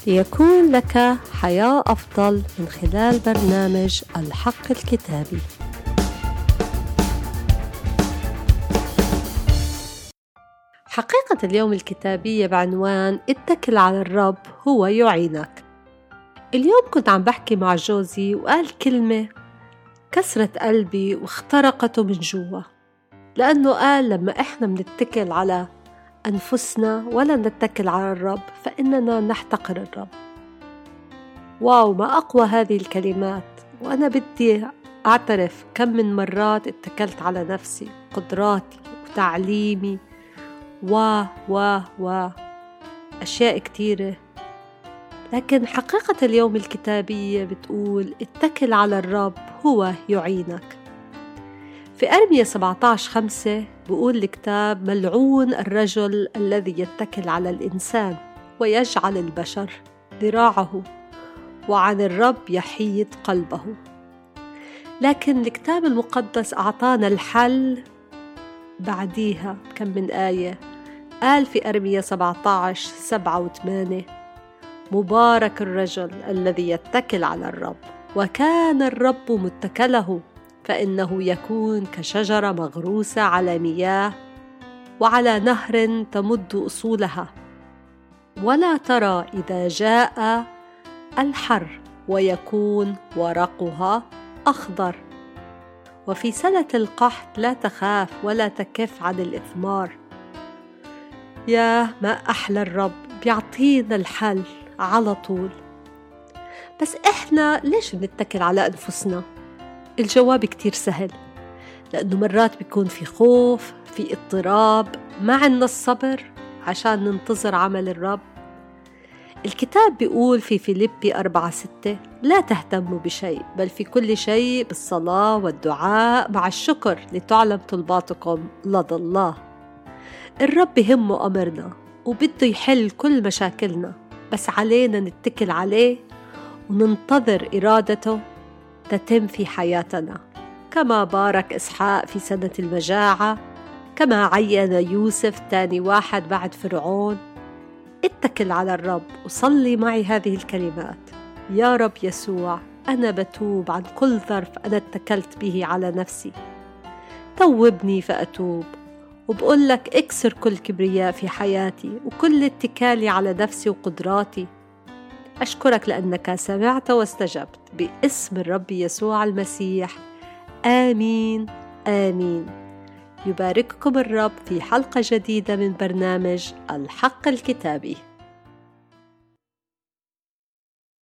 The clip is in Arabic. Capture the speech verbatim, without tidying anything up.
ليكون لك حياة أفضل من خلال برنامج الحق الكتابي. حقيقة اليوم الكتابية بعنوان اتكل على الرب هو يعينك. اليوم كنت عم بحكي مع جوزي وقال كلمة كسرت قلبي واخترقته من جوا، لأنه قال لما إحنا منتكل على أنفسنا ولا نتكل على الرب فإننا نحتقر الرب. واو، ما أقوى هذه الكلمات! وأنا بدي أعترف كم من مرات اتكلت على نفسي، قدراتي وتعليمي و و و أشياء كتيرة. لكن حقيقة اليوم الكتابية بتقول اتكل على الرب هو يعينك. في أرمية سبعة عشر خمسة بيقول الكتاب: ملعون الرجل الذي يتكل على الإنسان ويجعل البشر ذراعه، وعن الرب يحيد قلبه. لكن الكتاب المقدس أعطانا الحل بعديها كم من آية. قال في أرمية سبعة عشر سبعة وثمانية: مبارك الرجل الذي يتكل على الرب، وكان الرب متكله، فإنه يكون كشجرة مغروسة على مياه وعلى نهر تمد أصولها، ولا ترى إذا جاء الحر، ويكون ورقها أخضر، وفي سنة القحط لا تخاف ولا تكف عن الإثمار. يا ما أحلى الرب، بيعطينا الحل على طول. بس إحنا ليش بنتكل على أنفسنا؟ الجواب كتير سهل، لأنه مرات بيكون في خوف، في اضطراب، ما عنا الصبر عشان ننتظر عمل الرب. الكتاب بيقول في فيليبي أربعة ستة: لا تهتموا بشيء، بل في كل شيء بالصلاة والدعاء مع الشكر لتعلم طلباتكم لدى الله. الرب يهمه أمرنا وبده يحل كل مشاكلنا، بس علينا نتكل عليه وننتظر إرادته تتم في حياتنا، كما بارك إسحاق في سنة المجاعة، كما عين يوسف تاني واحد بعد فرعون. اتكل على الرب وصلي معي هذه الكلمات: يا رب يسوع، أنا بتوب عن كل ظرف أنا اتكلت به على نفسي، توبني فأتوب، وبقول لك اكسر كل كبرياء في حياتي وكل اتكالي على نفسي وقدراتي. أشكرك لأنك سمعت واستجبت، باسم الرب يسوع المسيح، آمين آمين. يبارككم الرب في حلقة جديدة من برنامج الحق الكتابي.